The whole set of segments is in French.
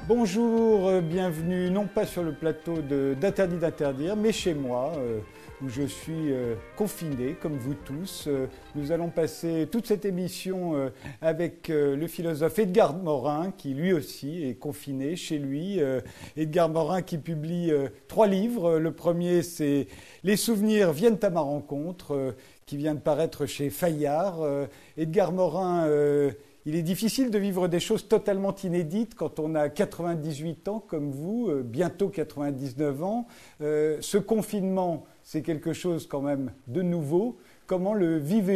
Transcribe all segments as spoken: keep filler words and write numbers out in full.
Bonjour, euh, bienvenue, non pas sur le plateau de- d'Interdit d'interdire, mais chez moi, euh, où je suis euh, confiné, comme vous tous. Euh, nous allons passer toute cette émission euh, avec euh, le philosophe Edgar Morin, qui lui aussi est confiné chez lui. Euh, Edgar Morin qui publie euh, trois livres. Le premier, c'est « Les souvenirs viennent à ma rencontre euh, », qui vient de paraître chez Fayard. Euh, Edgar Morin... euh, Il est difficile de vivre des choses totalement inédites quand on a quatre-vingt-dix-huit ans comme vous, euh, bientôt quatre-vingt-dix-neuf ans. Euh, ce confinement, c'est quelque chose quand même de nouveau. Comment le vivez-vous ?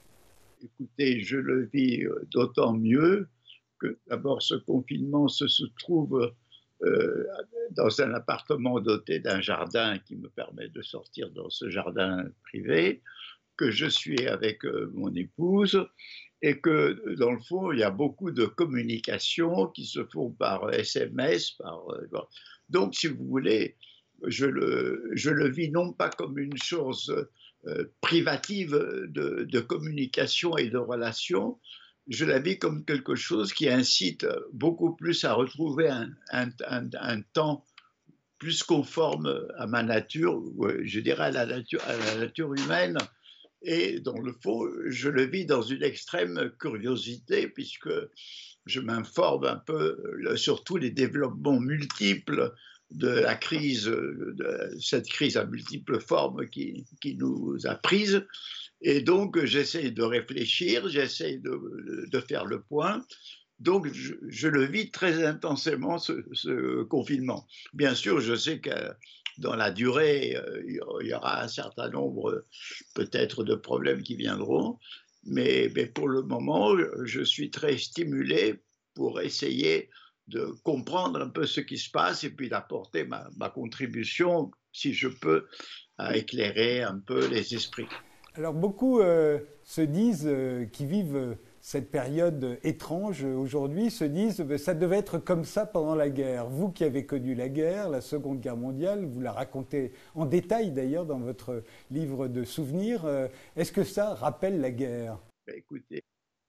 Écoutez, je le vis d'autant mieux que d'abord ce confinement se, se trouve euh, dans un appartement doté d'un jardin qui me permet de sortir dans ce jardin privé, que je suis avec euh, mon épouse et que dans le fond, il y a beaucoup de communications qui se font par S M S. Par, euh, donc, si vous voulez, je le, je le vis non pas comme une chose euh, privative de, de communication et de relations, je la vis comme quelque chose qui incite beaucoup plus à retrouver un, un, un, un temps plus conforme à ma nature, je dirais à la nature, à la nature humaine. Et dans le fond, je le vis dans une extrême curiosité, puisque je m'informe un peu sur tous les développements multiples de la crise, de cette crise à multiples formes qui, qui nous a prises. Et donc, j'essaie de réfléchir, j'essaie de, de faire le point. Donc, je, je le vis très intensément, ce, ce confinement. Bien sûr, je sais que dans la durée, euh, il y aura un certain nombre peut-être de problèmes qui viendront, mais, mais pour le moment, je suis très stimulé pour essayer de comprendre un peu ce qui se passe et puis d'apporter ma, ma contribution, si je peux, à éclairer un peu les esprits. Alors beaucoup euh, se disent, euh, qui vivent euh, cette période étrange aujourd'hui, se disent que ça devait être comme ça pendant la guerre. Vous qui avez connu la guerre, la Seconde Guerre mondiale, vous la racontez en détail d'ailleurs dans votre livre de souvenirs. Euh, est-ce que ça rappelle la guerre ? Écoutez,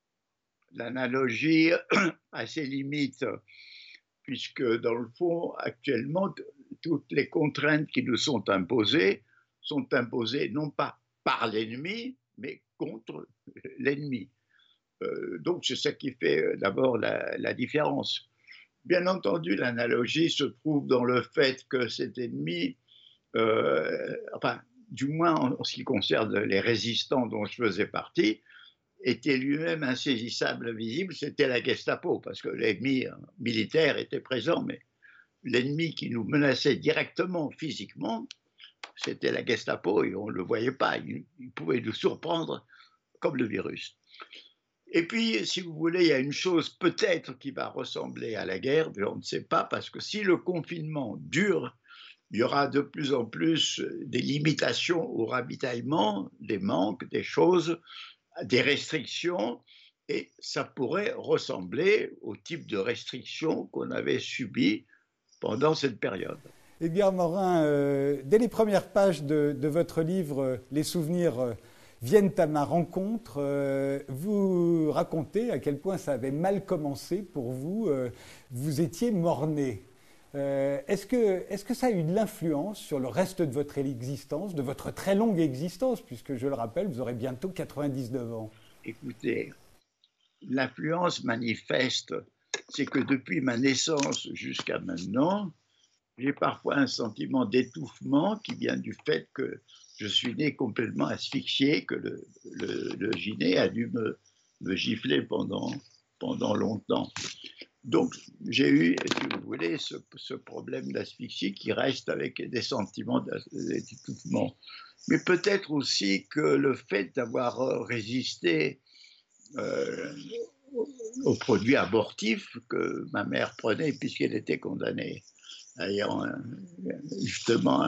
l'analogie a ses limites, puisque dans le fond, actuellement, toutes les contraintes qui nous sont imposées sont imposées non pas par l'ennemi, mais contre l'ennemi. Euh, donc, c'est ça qui fait d'abord la, la différence. Bien entendu, l'analogie se trouve dans le fait que cet ennemi, euh, enfin, du moins en ce qui concerne les résistants dont je faisais partie, était lui-même insaisissable, invisible, c'était la Gestapo, parce que l'ennemi militaire était présent, mais l'ennemi qui nous menaçait directement, physiquement, c'était la Gestapo, et on ne le voyait pas, il, il pouvait nous surprendre comme le virus. Et puis, si vous voulez, il y a une chose peut-être qui va ressembler à la guerre, mais on ne sait pas, parce que si le confinement dure, il y aura de plus en plus des limitations au ravitaillement, des manques, des choses, des restrictions, et ça pourrait ressembler au type de restrictions qu'on avait subies pendant cette période. Edgar Morin, euh, dès les premières pages de, de votre livre « Les souvenirs euh, viennent à ma rencontre euh, », vous racontez à quel point ça avait mal commencé pour vous. Euh, vous étiez mort-né. Euh, est-ce que, est-ce que ça a eu de l'influence sur le reste de votre existence, de votre très longue existence, puisque je le rappelle, vous aurez bientôt quatre-vingt-dix-neuf ans? Écoutez, l'influence manifeste, c'est que depuis ma naissance jusqu'à maintenant, j'ai parfois un sentiment d'étouffement qui vient du fait que je suis né complètement asphyxié, que le, le, le gilet a dû me, me gifler pendant, pendant longtemps. Donc, j'ai eu, si vous voulez, ce, ce problème d'asphyxie qui reste avec des sentiments d'étouffement. Mais peut-être aussi que le fait d'avoir résisté euh, aux produits abortifs que ma mère prenait puisqu'elle était condamnée, ayant justement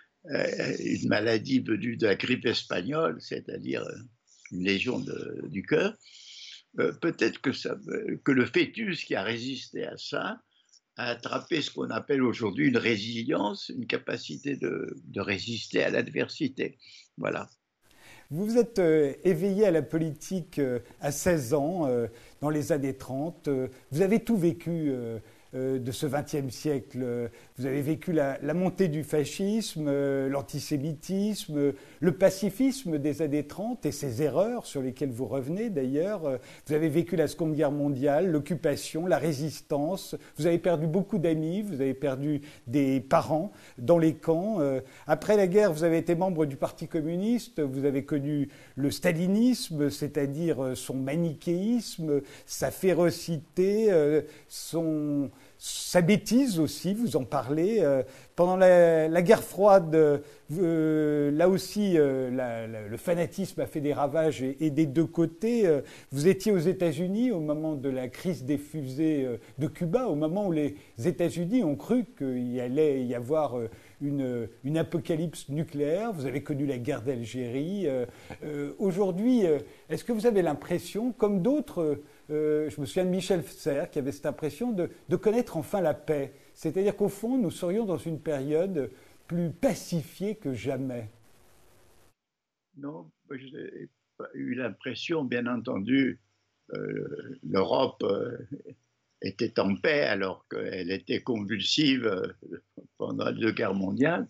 une maladie venue de la grippe espagnole, c'est-à-dire une lésion de, du cœur, Euh, peut-être que, ça, que le fœtus qui a résisté à ça a attrapé ce qu'on appelle aujourd'hui une résilience, une capacité de, de résister à l'adversité. Voilà. Vous vous êtes euh, éveillé à la politique euh, à seize ans, euh, dans les années trente. Euh, vous avez tout vécu. Euh, euh, de ce vingtième siècle. Vous avez vécu la, la montée du fascisme, euh, l'antisémitisme, le pacifisme des années trente et ses erreurs sur lesquelles vous revenez d'ailleurs. Vous avez vécu la Seconde Guerre mondiale, l'occupation, la résistance. Vous avez perdu beaucoup d'amis, vous avez perdu des parents dans les camps. Euh, après la guerre, vous avez été membre du Parti communiste, vous avez connu le stalinisme, c'est-à-dire son manichéisme, sa férocité, euh, son, sa bêtise aussi, vous en parlez. Euh, pendant la, la guerre froide, euh, là aussi, euh, la, la, le fanatisme a fait des ravages et, et des deux côtés. Euh, vous étiez aux États-Unis au moment de la crise des fusées euh, de Cuba, au moment où les États-Unis ont cru qu'il allait y avoir euh, une, une apocalypse nucléaire. Vous avez connu la guerre d'Algérie. Euh, euh, aujourd'hui, euh, est-ce que vous avez l'impression, comme d'autres, euh, je me souviens de Michel Serres qui avait cette impression de, de connaître enfin la paix? C'est-à-dire qu'au fond, nous serions dans une période plus pacifiée que jamais. Non, je n'ai pas eu l'impression, bien entendu, euh, l'Europe euh, était en paix alors qu'elle était convulsive euh, pendant les deux guerres mondiales.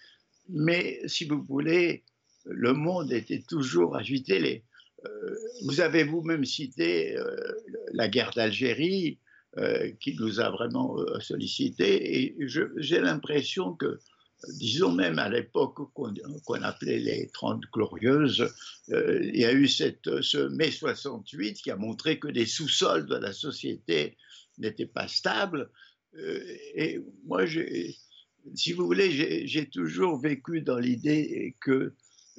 Mais si vous voulez, le monde était toujours agité. Les, euh, vous avez vous-même cité euh, la guerre d'Algérie euh, qui nous a vraiment euh, sollicité. Et j'ai l'impression que, disons même à l'époque qu'on qu'on appelait les Trente Glorieuses, euh, il y a eu cette, ce mai soixante-huit qui a montré que les sous-sols de la société n'étaient pas stables. Euh, et moi, j'ai... Si vous voulez, j'ai toujours vécu dans l'idée qu'il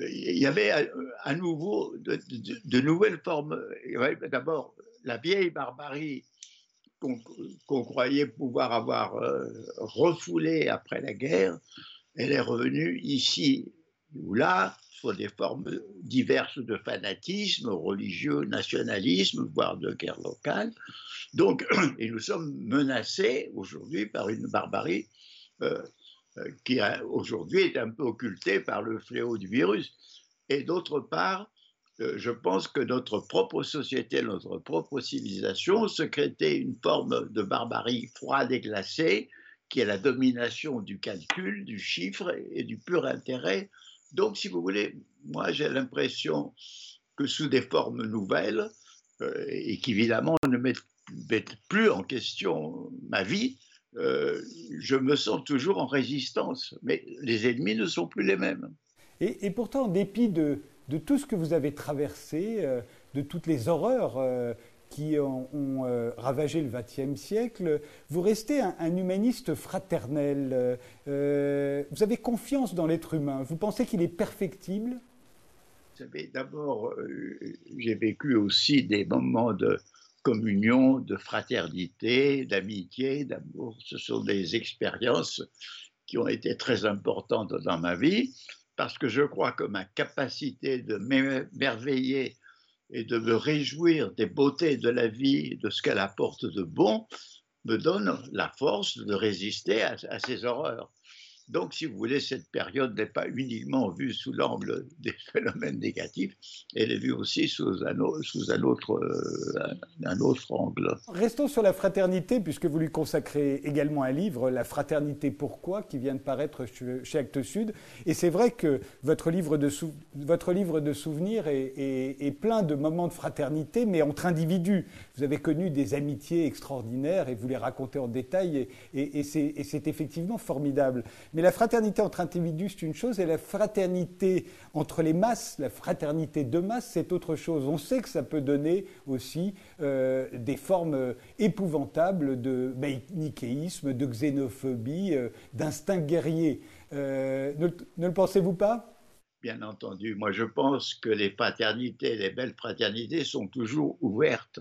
y avait à, à nouveau de, de, de nouvelles formes. D'abord, la vieille barbarie qu'on qu'on croyait pouvoir avoir euh, refoulée après la guerre, elle est revenue ici ou là, sous des formes diverses de fanatisme religieux, nationalisme, voire de guerre locale. Donc, et nous sommes menacés aujourd'hui par une barbarie euh, qui aujourd'hui est un peu occulté par le fléau du virus. Et d'autre part, euh, je pense que notre propre société, notre propre civilisation secrétait une forme de barbarie froide et glacée qui est la domination du calcul, du chiffre et du pur intérêt. Donc, si vous voulez, moi j'ai l'impression que sous des formes nouvelles, euh, et qui évidemment ne mettent, mettent plus en question ma vie, Euh, je me sens toujours en résistance, mais les ennemis ne sont plus les mêmes. Et, et pourtant, en dépit de, de tout ce que vous avez traversé, euh, de toutes les horreurs euh, qui ont, ont euh, ravagé le vingtième siècle, vous restez un, un humaniste fraternel. Euh, vous avez confiance dans l'être humain. Vous pensez qu'il est perfectible? Vous savez, d'abord, euh, j'ai vécu aussi des moments de communion, de fraternité, d'amitié, d'amour. Ce sont des expériences qui ont été très importantes dans ma vie parce que je crois que ma capacité de m'émerveiller et de me réjouir des beautés de la vie, de ce qu'elle apporte de bon, me donne la force de résister à, à ces horreurs. Donc, si vous voulez, cette période n'est pas uniquement vue sous l'angle des phénomènes négatifs, elle est vue aussi sous un, sous un, autre, euh, un autre angle. Restons sur la fraternité, puisque vous lui consacrez également un livre, La fraternité pourquoi, qui vient de paraître chez Actes Sud. Et c'est vrai que votre livre de, sou votre livre de souvenirs est, est, est plein de moments de fraternité, mais entre individus. Vous avez connu des amitiés extraordinaires et vous les racontez en détail, et, et, et c'est effectivement formidable. Mais la fraternité entre individus, c'est une chose, et la fraternité entre les masses, la fraternité de masse, c'est autre chose. On sait que ça peut donner aussi euh, des formes épouvantables de manichéisme, de xénophobie, euh, d'instinct guerrier. Euh, ne, ne le pensez-vous pas? Bien entendu. Moi, je pense que les fraternités, les belles fraternités sont toujours ouvertes.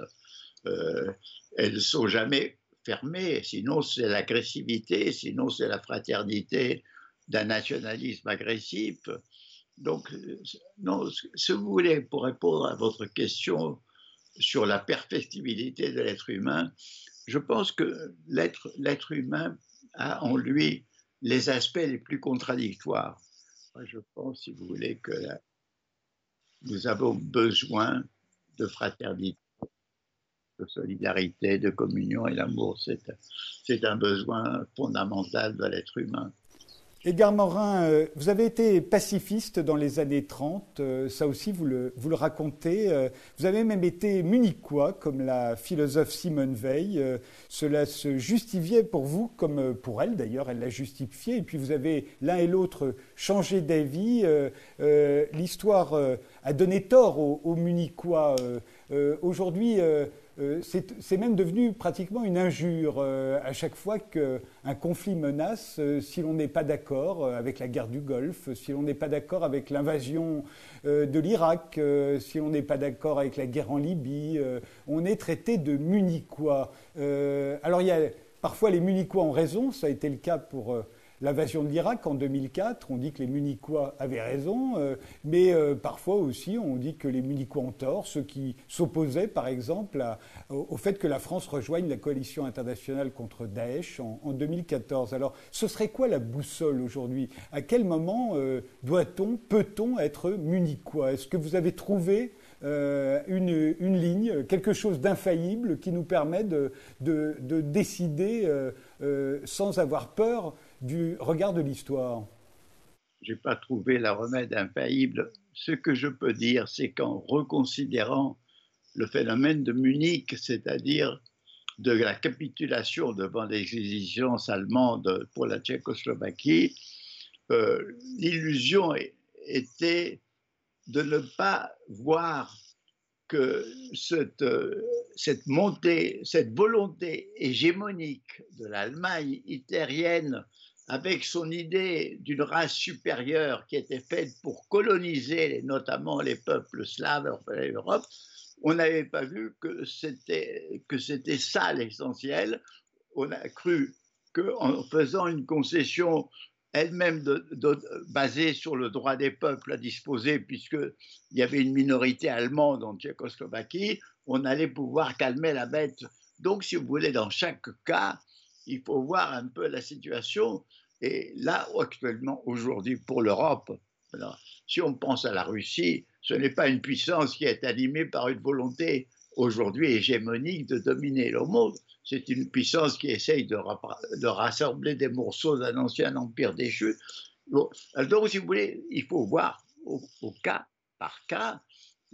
Euh, elles ne sont jamais fermée, sinon c'est l'agressivité, sinon c'est la fraternité d'un nationalisme agressif. Donc, non, si vous voulez, pour répondre à votre question sur la perfectibilité de l'être humain, je pense que l'être humain a en lui les aspects les plus contradictoires. Moi, je pense, si vous voulez, que nous avons besoin de fraternité, de solidarité, de communion, et l'amour, c'est, c'est un besoin fondamental de l'être humain. Edgar Morin, euh, vous avez été pacifiste dans les années trente, euh, ça aussi vous le, vous le racontez. Euh, vous avez même été munichois, comme la philosophe Simone Veil. Euh, cela se justifiait pour vous, comme pour elle d'ailleurs, elle l'a justifié. Et puis vous avez l'un et l'autre changé d'avis. Euh, euh, l'histoire euh, a donné tort aux, aux munichois. Euh, euh, aujourd'hui, euh, Euh, c'est, c'est même devenu pratiquement une injure euh, à chaque fois qu'un conflit menace, euh, si l'on n'est pas d'accord euh, avec la guerre du Golfe, si l'on n'est pas d'accord avec l'invasion euh, de l'Irak, euh, si l'on n'est pas d'accord avec la guerre en Libye, euh, on est traité de munichois. Euh, alors il y a parfois les munichois ont raison, ça a été le cas pour euh, l'invasion de l'Irak en deux mille quatre, on dit que les Munichois avaient raison, euh, mais euh, parfois aussi on dit que les Munichois ont tort, ceux qui s'opposaient par exemple à, au, au fait que la France rejoigne la coalition internationale contre Daesh en, en deux mille quatorze. Alors ce serait quoi la boussole aujourd'hui? À quel moment euh, doit-on, peut-on être Munichois? Est-ce que vous avez trouvé euh, une, une ligne, quelque chose d'infaillible qui nous permet de, de, de décider euh, euh, sans avoir peur du regard de l'histoire? Je n'ai pas trouvé la remède infaillible. Ce que je peux dire, c'est qu'en reconsidérant le phénomène de Munich, c'est-à-dire de la capitulation devant les exigences allemandes pour la Tchécoslovaquie, euh, l'illusion était de ne pas voir que cette, cette montée, cette volonté hégémonique de l'Allemagne hitlérienne, avec son idée d'une race supérieure qui était faite pour coloniser notamment les peuples slaves de l'Europe, on n'avait pas vu que c'était, que c'était ça l'essentiel. On a cru qu'en faisant une concession elle-même de, de, basée sur le droit des peuples à disposer, puisqu'il y avait une minorité allemande en Tchécoslovaquie, on allait pouvoir calmer la bête. Donc, si vous voulez, dans chaque cas, il faut voir un peu la situation. Et là, actuellement, aujourd'hui, pour l'Europe, alors, si on pense à la Russie, ce n'est pas une puissance qui est animée par une volonté aujourd'hui hégémonique de dominer le monde. C'est une puissance qui essaye de, de rassembler des morceaux d'un ancien empire déchu. Bon, donc, si vous voulez, il faut voir au, au cas par cas.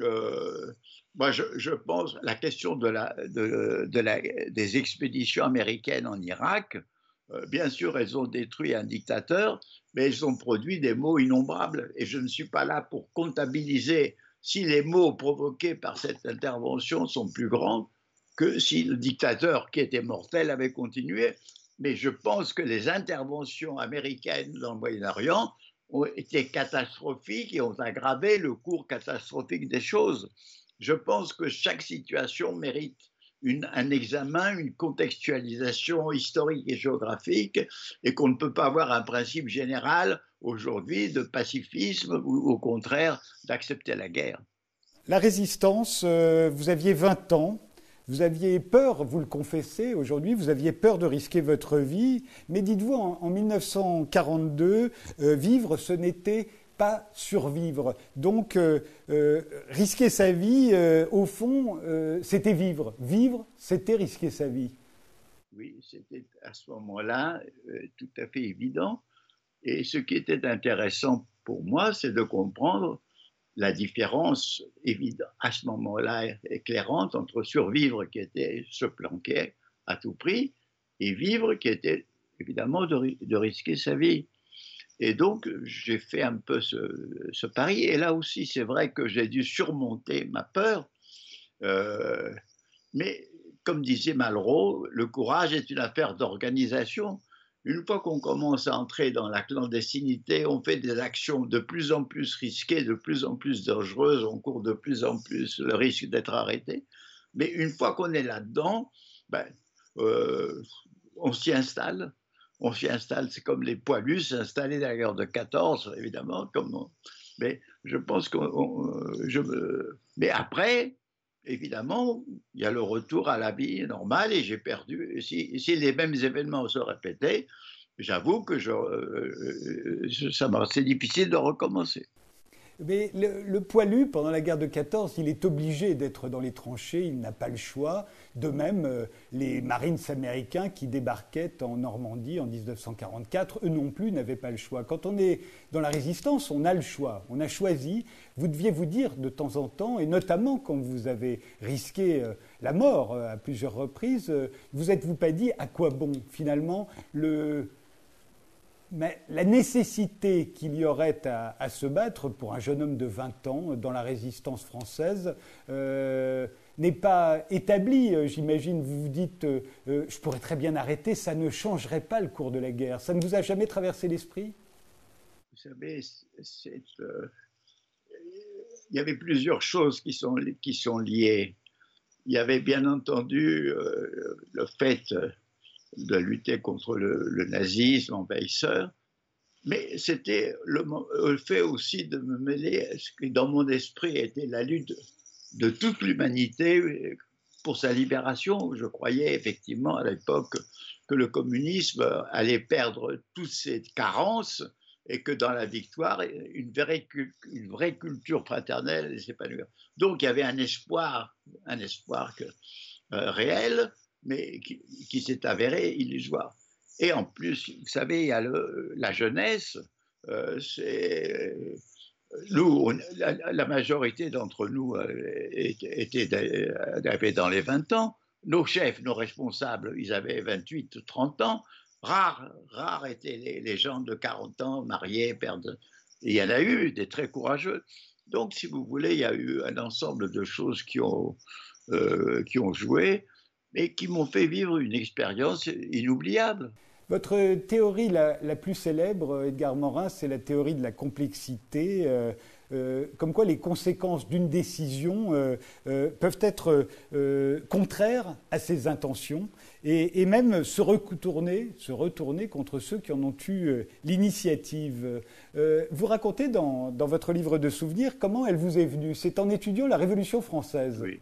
Euh, moi, je, je pense la question de la, de, de la, des expéditions américaines en Irak. Euh, bien sûr, elles ont détruit un dictateur, mais elles ont produit des maux innombrables. Et je ne suis pas là pour comptabiliser si les maux provoqués par cette intervention sont plus grands que si le dictateur qui était mortel avait continué. Mais je pense que les interventions américaines dans le Moyen-Orient ont été catastrophiques et ont aggravé le cours catastrophique des choses. Je pense que chaque situation mérite une, un examen, une contextualisation historique et géographique, et qu'on ne peut pas avoir un principe général aujourd'hui de pacifisme ou au contraire d'accepter la guerre. La résistance, euh, vous aviez vingt ans. Vous aviez peur, vous le confessez aujourd'hui, vous aviez peur de risquer votre vie, mais dites-vous, en, en mille neuf cent quarante-deux, euh, vivre, ce n'était pas survivre. Donc, euh, euh, risquer sa vie, euh, au fond, euh, c'était vivre. Vivre, c'était risquer sa vie. Oui, c'était à ce moment-là euh, tout à fait évident. Et ce qui était intéressant pour moi, c'est de comprendre la différence évidente, à ce moment-là éclairante, entre survivre qui était se planquer à tout prix et vivre qui était évidemment de, de risquer sa vie. Et donc j'ai fait un peu ce, ce pari, et là aussi c'est vrai que j'ai dû surmonter ma peur, euh, mais comme disait Malraux, le courage est une affaire d'organisation. Une fois qu'on commence à entrer dans la clandestinité, on fait des actions de plus en plus risquées, de plus en plus dangereuses, on court de plus en plus le risque d'être arrêté. Mais une fois qu'on est là-dedans, ben, euh, on s'y installe. On s'y installe, c'est comme les poilus s'installer dans la guerre de quatorze, évidemment. Comme on, mais je pense que je mais après, évidemment, il y a le retour à la vie normale et j'ai perdu. Si, si les mêmes événements se répétaient, j'avoue que je, euh, ça c'est difficile de recommencer. Mais le, le poilu, pendant la guerre de quatorze, il est obligé d'être dans les tranchées, il n'a pas le choix. De même, euh, les Marines américains qui débarquaient en Normandie en dix-neuf cent quarante-quatre, eux non plus n'avaient pas le choix. Quand on est dans la résistance, on a le choix, on a choisi. Vous deviez vous dire de temps en temps, et notamment quand vous avez risqué euh, la mort euh, à plusieurs reprises, euh, vous êtes-vous pas dit à quoi bon finalement le... Mais la nécessité qu'il y aurait à, à se battre pour un jeune homme de vingt ans dans la résistance française euh, n'est pas établie. J'imagine, vous vous dites, euh, euh, je pourrais très bien arrêter, ça ne changerait pas le cours de la guerre. Ça ne vous a jamais traversé l'esprit? Vous savez, c'est, euh, il y avait plusieurs choses qui sont, qui sont liées. Il y avait bien entendu euh, le fait de lutter contre le, le nazisme envahisseur, mais c'était le, le fait aussi de me mêler à ce qui, dans mon esprit, était la lutte de toute l'humanité pour sa libération. Je croyais effectivement à l'époque que le communisme allait perdre toutes ses carences et que dans la victoire, une vraie, une vraie culture fraternelle allait s'épanouir. Donc il y avait un espoir, un espoir que, euh, réel, mais qui, qui s'est avéré illusoire. Et en plus, vous savez, il y a le, la jeunesse, euh, c'est... Nous, on, la, la majorité d'entre nous euh, étaient avait dans les vingt ans. Nos chefs, nos responsables, ils avaient vingt-huit, trente ans. Rares, rares étaient les, les gens de quarante ans, mariés, pères de... Et il y en a eu des très courageux. Donc, si vous voulez, il y a eu un ensemble de choses qui ont, euh, qui ont joué et qui m'ont fait vivre une expérience inoubliable. Votre théorie la, la plus célèbre, Edgar Morin, c'est la théorie de la complexité, euh, euh, comme quoi les conséquences d'une décision euh, euh, peuvent être euh, contraires à ses intentions et, et même se retourner, se retourner contre ceux qui en ont eu euh, l'initiative. Euh, vous racontez dans, dans votre livre de souvenirs comment elle vous est venue. C'est en étudiant la Révolution française. Oui,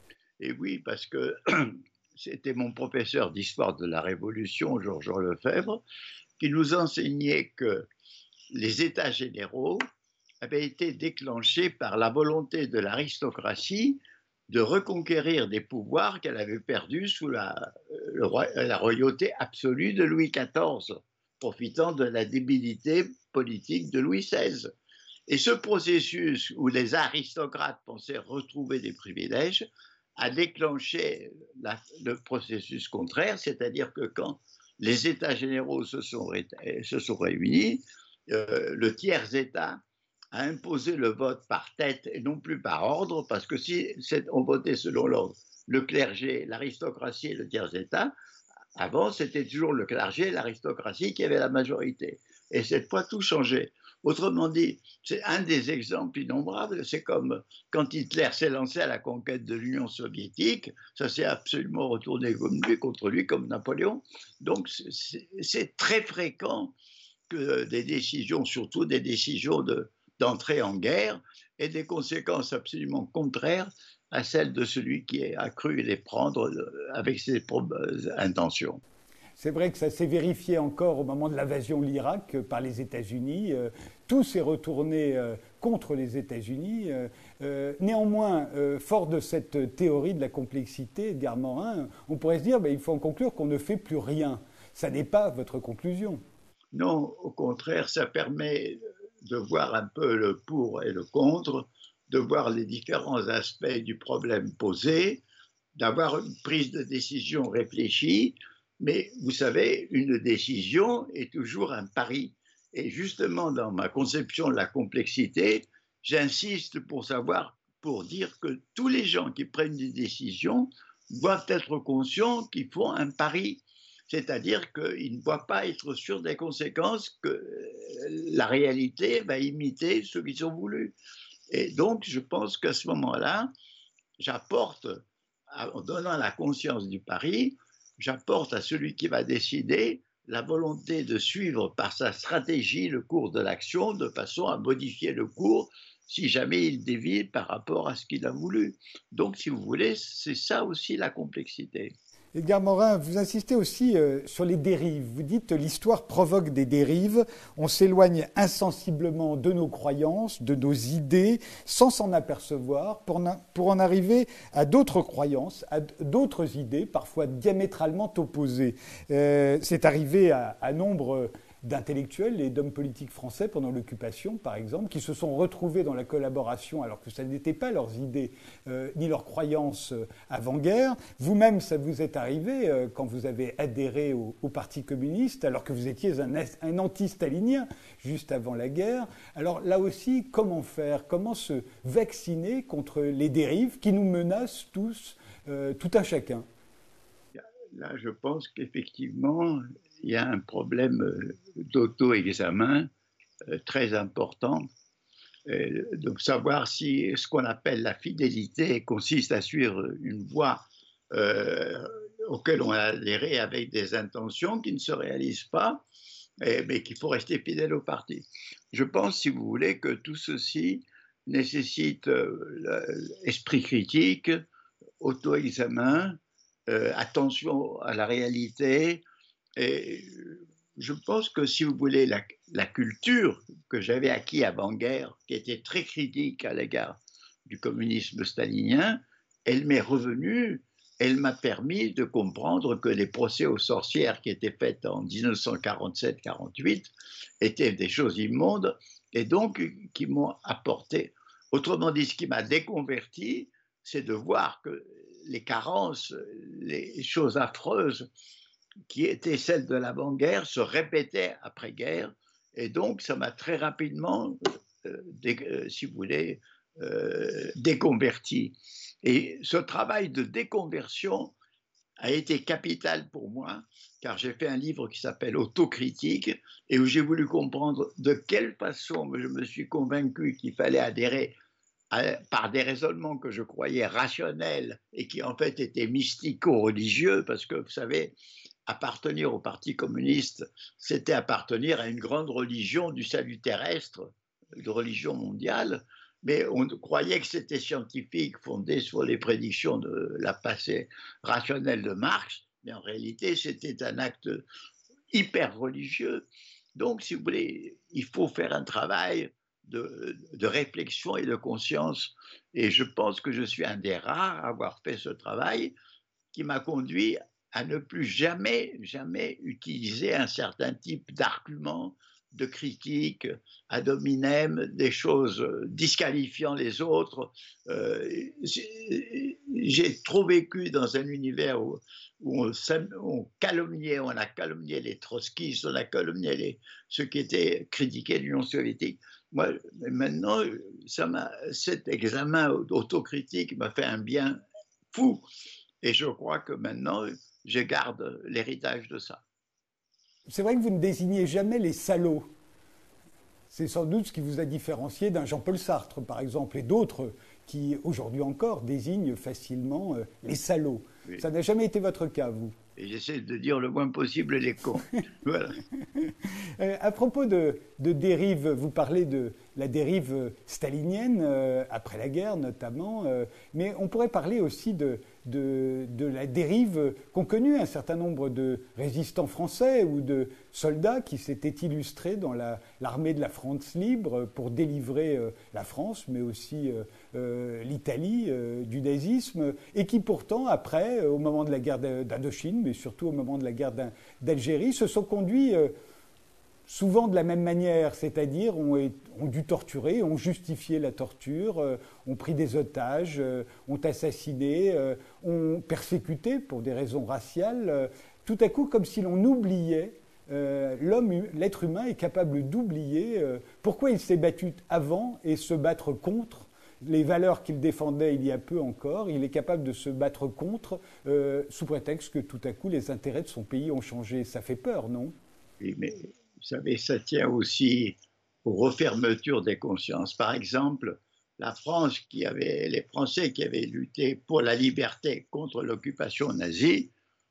et oui, parce que... C'était mon professeur d'histoire de la Révolution, Georges Lefebvre, qui nous enseignait que les États généraux avaient été déclenchés par la volonté de l'aristocratie de reconquérir des pouvoirs qu'elle avait perdus sous la, le, la royauté absolue de Louis quatorze, profitant de la débilité politique de Louis seize. Et ce processus où les aristocrates pensaient retrouver des privilèges a déclenché la, le processus contraire, c'est-à-dire que quand les États généraux se sont, ré, se sont réunis, euh, le tiers-État a imposé le vote par tête et non plus par ordre, parce que si on votait selon l'ordre, le clergé, l'aristocratie et le tiers-État, avant c'était toujours le clergé et l'aristocratie qui avaient la majorité. Et cette fois, tout changeait. Autrement dit, c'est un des exemples innombrables. C'est comme quand Hitler s'est lancé à la conquête de l'Union soviétique, ça s'est absolument retourné contre lui, comme Napoléon. Donc c'est très fréquent que des décisions, surtout des décisions de, d'entrer en guerre, aient des conséquences absolument contraires à celles de celui qui a cru les prendre avec ses propres intentions. C'est vrai que ça s'est vérifié encore au moment de l'invasion de l'Irak par les États-Unis. Euh, tout s'est retourné euh, contre les États-Unis. Euh, euh, néanmoins, euh, fort de cette théorie de la complexité, Edgar Morin, on pourrait se dire ben, il faut en conclure qu'on ne fait plus rien. Ça n'est pas votre conclusion. Non, au contraire, ça permet de voir un peu le pour et le contre, de voir les différents aspects du problème posé, d'avoir une prise de décision réfléchie. Mais vous savez, une décision est toujours un pari. Et justement, dans ma conception de la complexité, j'insiste pour savoir, pour dire que tous les gens qui prennent des décisions doivent être conscients qu'ils font un pari. C'est-à-dire qu'ils ne doivent pas être sûrs des conséquences, que la réalité va imiter ce qu'ils ont voulu. Et donc, je pense qu'à ce moment-là, j'apporte, en donnant la conscience du pari, j'apporte à celui qui va décider la volonté de suivre par sa stratégie le cours de l'action de façon à modifier le cours si jamais il dévie par rapport à ce qu'il a voulu. Donc, si vous voulez, c'est ça aussi la complexité. Edgar Morin, vous insistez aussi euh, sur les dérives. Vous dites l'histoire provoque des dérives. On s'éloigne insensiblement de nos croyances, de nos idées, sans s'en apercevoir, pour, pour en arriver à d'autres croyances, à d'autres idées, parfois diamétralement opposées. Euh, c'est arrivé à, à nombre d'intellectuels et d'hommes politiques français pendant l'occupation, par exemple, qui se sont retrouvés dans la collaboration alors que ça n'était pas leurs idées euh, ni leurs croyances euh, avant-guerre. Vous-même, ça vous est arrivé euh, quand vous avez adhéré au, au Parti communiste, alors que vous étiez un, un anti-stalinien juste avant la guerre. Alors là aussi, comment faire? Comment se vacciner contre les dérives qui nous menacent tous, euh, tout un chacun? Là, je pense qu'effectivement, il y a un problème d'auto-examen très important. Donc, savoir si ce qu'on appelle la fidélité consiste à suivre une voie euh, auquel on a adhéré avec des intentions qui ne se réalisent pas, mais qu'il faut rester fidèle au parti. Je pense, si vous voulez, que tout ceci nécessite l'esprit critique, auto-examen, Euh, attention à la réalité. Et je pense que, si vous voulez, la, la culture que j'avais acquise avant-guerre, qui était très critique à l'égard du communisme stalinien, elle m'est revenue, elle m'a permis de comprendre que les procès aux sorcières qui étaient faits en dix-neuf cent quarante-sept quarante-huit étaient des choses immondes et donc qui m'ont apporté. Autrement dit, ce qui m'a déconverti, c'est de voir que les carences, les choses affreuses qui étaient celles de l'avant-guerre se répétaient après-guerre. Et donc, ça m'a très rapidement, euh, dé, euh, si vous voulez, euh, déconverti. Et ce travail de déconversion a été capital pour moi, car j'ai fait un livre qui s'appelle Autocritique, et où j'ai voulu comprendre de quelle façon je me suis convaincu qu'il fallait adhérer par des raisonnements que je croyais rationnels et qui en fait étaient mystico-religieux, parce que vous savez, appartenir au Parti communiste, c'était appartenir à une grande religion du salut terrestre, de religion mondiale, mais on croyait que c'était scientifique, fondé sur les prédictions de la pensée rationnelle de Marx, mais en réalité c'était un acte hyper religieux. Donc, si vous voulez, il faut faire un travail De, de réflexion et de conscience. Et je pense que je suis un des rares à avoir fait ce travail qui m'a conduit à ne plus jamais, jamais utiliser un certain type d'arguments, de critiques ad hominem, des choses disqualifiant les autres. Euh, j'ai trop vécu dans un univers où, où on, on calomniait, on a calomnié les trotskistes, on a calomnié les, ceux qui étaient critiqués de l'Union soviétique. Moi, maintenant, ça cet examen autocritique m'a fait un bien fou. Et je crois que maintenant, je garde l'héritage de ça. C'est vrai que vous ne désignez jamais les salauds. C'est sans doute ce qui vous a différencié d'un Jean-Paul Sartre, par exemple, et d'autres qui, aujourd'hui encore, désignent facilement euh, les salauds. Oui. Ça n'a jamais été votre cas, vous? Et j'essaie de dire le moins possible les cons. Voilà. euh, à propos de, de dérive, vous parlez de la dérive stalinienne, euh, après la guerre notamment, euh, mais on pourrait parler aussi de, de, de la dérive qu'ont connue un certain nombre de résistants français ou de soldats qui s'étaient illustrés dans la, l'armée de la France libre pour délivrer euh, la France, mais aussi euh, euh, l'Italie euh, du nazisme, et qui pourtant, après, euh, au moment de la guerre d'Indochine, mais surtout au moment de la guerre d'Algérie, se sont conduits euh, souvent de la même manière, c'est-à-dire ont, ont dû torturer, ont justifié la torture, euh, ont pris des otages, euh, ont assassiné, euh, ont persécuté pour des raisons raciales, euh, tout à coup comme si l'on oubliait, euh, l'homme, l'être humain est capable d'oublier euh, pourquoi il s'est battu avant et se battre contre les valeurs qu'il défendait il y a peu encore. Il est capable de se battre contre euh, sous prétexte que tout à coup les intérêts de son pays ont changé. Ça fait peur, non? Oui, mais vous savez, ça tient aussi aux refermetures des consciences. Par exemple, la France qui avait, les Français qui avaient lutté pour la liberté contre l'occupation nazie,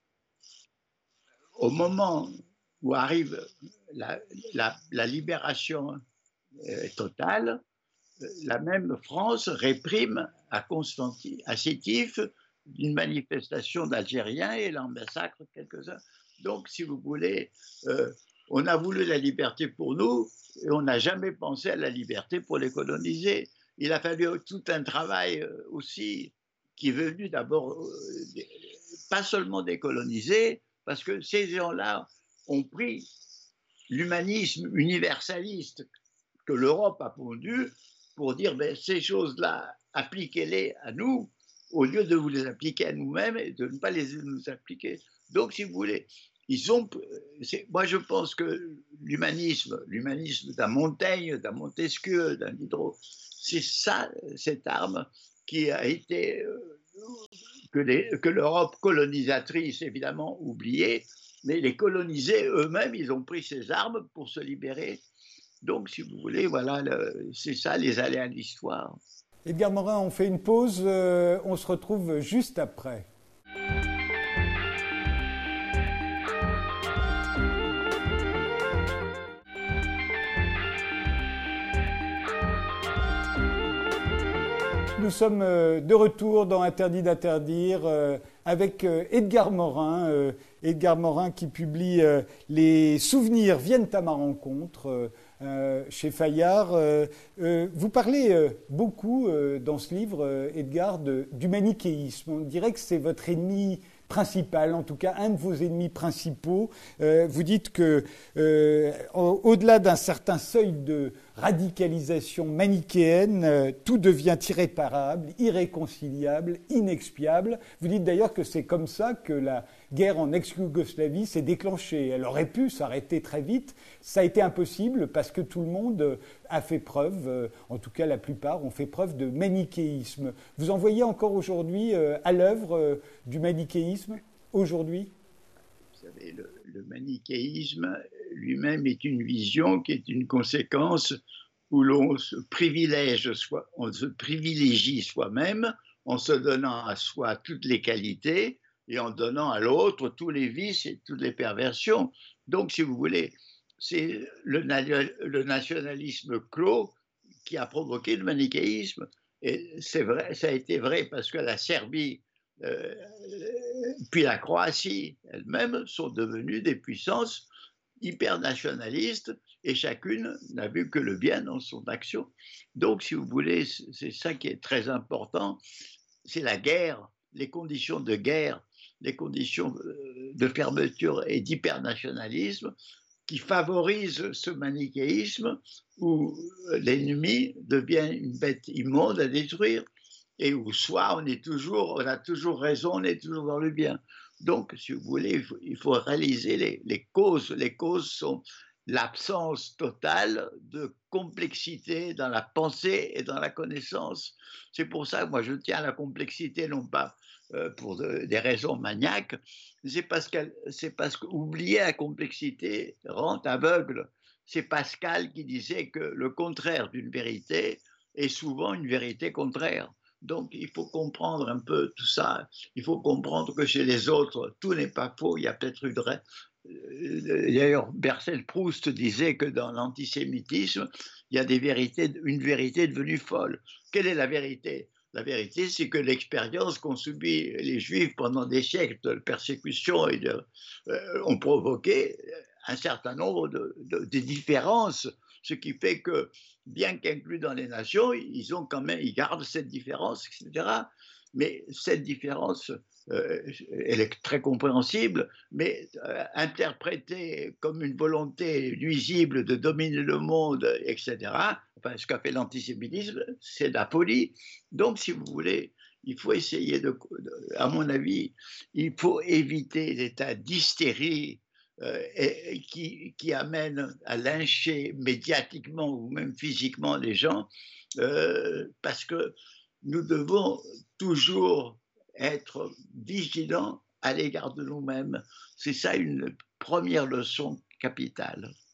au moment où arrive la, la, la libération euh, totale, la même France réprime à Constantine, à Sétif, d'une manifestation d'Algériens et l'en massacre quelques-uns. Donc, si vous voulez, euh, on a voulu la liberté pour nous et on n'a jamais pensé à la liberté pour les coloniser. Il a fallu tout un travail aussi qui est venu d'abord, euh, pas seulement des colonisés, parce que ces gens-là ont pris l'humanisme universaliste que l'Europe a pondu pour dire ben, ces choses-là, appliquez-les à nous, au lieu de vous les appliquer à nous-mêmes et de ne pas les nous appliquer. Donc, si vous voulez, ils ont. Moi, je pense que l'humanisme, l'humanisme d'un Montaigne, d'un Montesquieu, d'un Diderot, c'est ça, cette arme qui a été euh, que, les, que l'Europe colonisatrice évidemment oubliée, mais les colonisés eux-mêmes, ils ont pris ces armes pour se libérer. Donc, si vous voulez, voilà, le, c'est ça les aléas de l'histoire. Edgar Morin, on fait une pause, euh, on se retrouve juste après. Nous sommes de retour dans Interdit d'interdire avec Edgar Morin. Edgar Morin qui publie Les souvenirs viennent à ma rencontre chez Fayard. Vous parlez beaucoup dans ce livre, Edgar, de, du manichéisme. On dirait que c'est votre ennemi principal, en tout cas un de vos ennemis principaux. Euh, vous dites que euh, au-delà d'un certain seuil de radicalisation manichéenne, euh, tout devient irréparable, irréconciliable, inexpiable. Vous dites d'ailleurs que c'est comme ça que la guerre en ex-Yougoslavie s'est déclenchée. Elle aurait pu s'arrêter très vite. Ça a été impossible parce que tout le monde a fait preuve, euh, en tout cas la plupart, ont fait preuve de manichéisme. Vous en voyez encore aujourd'hui euh, à l'œuvre euh, du manichéisme aujourd'hui ? Vous savez, le, le manichéisme lui-même est une vision qui est une conséquence où l'on se privilège, soi, on se privilégie soi-même en se donnant à soi toutes les qualités et en donnant à l'autre tous les vices et toutes les perversions. Donc, si vous voulez, c'est le, le nationalisme clos qui a provoqué le manichéisme. Et c'est vrai, ça a été vrai parce que la Serbie, euh, puis la Croatie elle-même sont devenues des puissances hyper nationalistes et chacune n'a vu que le bien dans son action. Donc, si vous voulez, c'est ça qui est très important, c'est la guerre, les conditions de guerre, les conditions de fermeture et d'hypernationalisme qui favorisent ce manichéisme où l'ennemi devient une bête immonde à détruire et où soit on est toujours, on a toujours raison, on est toujours dans le bien. Donc, si vous voulez, il faut, il faut réaliser les, les causes. Les causes sont l'absence totale de complexité dans la pensée et dans la connaissance. C'est pour ça que moi je tiens à la complexité, non pas euh, pour de, des raisons maniaques, c'est parce qu'elle, c'est parce qu'oublier la complexité rend aveugle. C'est Pascal qui disait que le contraire d'une vérité est souvent une vérité contraire. Donc, il faut comprendre un peu tout ça. Il faut comprendre que chez les autres, tout n'est pas faux. Il y a peut-être une... D'ailleurs, Marcel Proust disait que dans l'antisémitisme, il y a des vérités, une vérité devenue folle. Quelle est la vérité ? La vérité, c'est que l'expérience qu'ont subi les Juifs pendant des siècles de persécution et de, euh, ont provoqué un certain nombre de, de, de différences, ce qui fait que, bien qu'inclus dans les nations, ils ont quand même, ils gardent cette différence, et cetera. Mais cette différence, euh, elle est très compréhensible, mais euh, interprétée comme une volonté nuisible de dominer le monde, et cetera. Enfin, ce qu'a fait l'antisémitisme, c'est de la folie. Donc, si vous voulez, il faut essayer de, de à mon avis, il faut éviter l'état d'hystérie Euh, et, et qui, qui amène à lyncher médiatiquement ou même physiquement les gens, euh, parce que nous devons toujours être vigilants à l'égard de nous-mêmes. C'est ça une première leçon capitale.